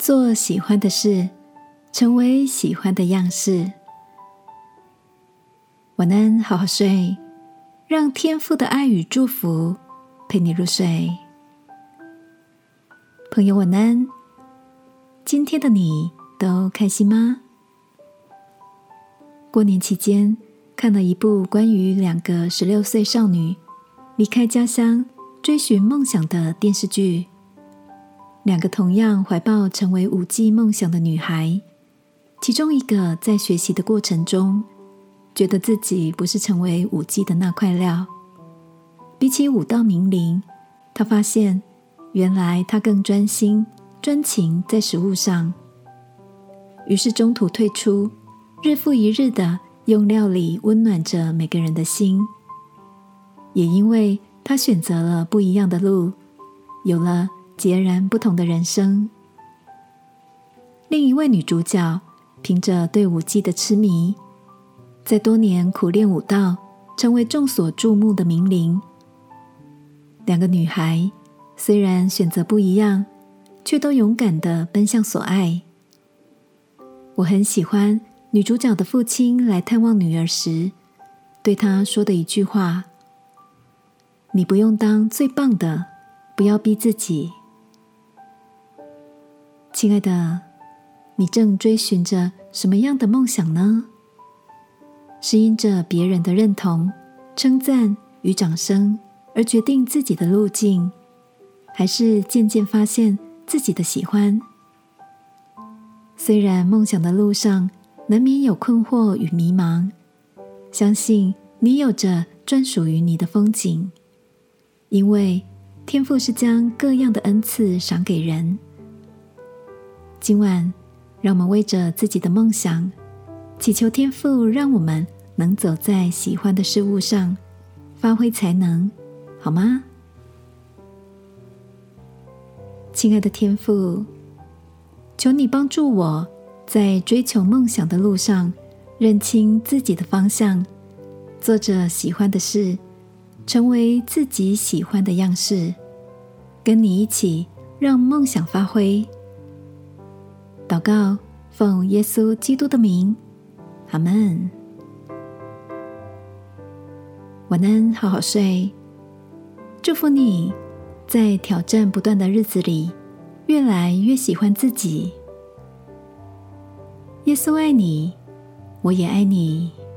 做喜欢的事，成为喜欢的样式。晚安，好好睡，让天父的爱与祝福陪你入睡。朋友晚安，今天的你都开心吗？过年期间看了一部关于2个16岁少女离开家乡追寻梦想的电视剧。2个同样怀抱成为舞伎梦想的女孩，其中一个在学习的过程中觉得自己不是成为舞伎的那块料，比起舞蹈名伶，她发现原来她更专心专情在食物上，于是中途退出，日复一日的用料理温暖着每个人的心。也因为她选择了不一样的路，有了截然不同的人生。另一位女主角凭着对舞伎的痴迷，在多年苦练舞蹈，成为众所注目的名伶。2个女孩虽然选择不一样，却都勇敢地奔向所爱。我很喜欢女主角的父亲来探望女儿时对她说的一句话：你不用当最棒的，不要逼自己。亲爱的，你正追寻着什么样的梦想呢？是因着别人的认同、称赞与掌声而决定自己的路径，还是渐渐发现自己的喜欢？虽然梦想的路上难免有困惑与迷茫，相信你有着专属于你的风景，因为天父是将各样的恩赐赏给人。今晚让我们为着自己的梦想，祈求天父让我们能走在喜欢的事物上，发挥才能，好吗？亲爱的天父，求你帮助我在追求梦想的路上认清自己的方向，做着喜欢的事，成为自己喜欢的样式，跟你一起让梦想发挥。祷告，奉耶稣基督的名，阿们。晚安，好好睡。祝福你在挑战不断的日子里，越来越喜欢自己。耶稣爱你，我也爱你。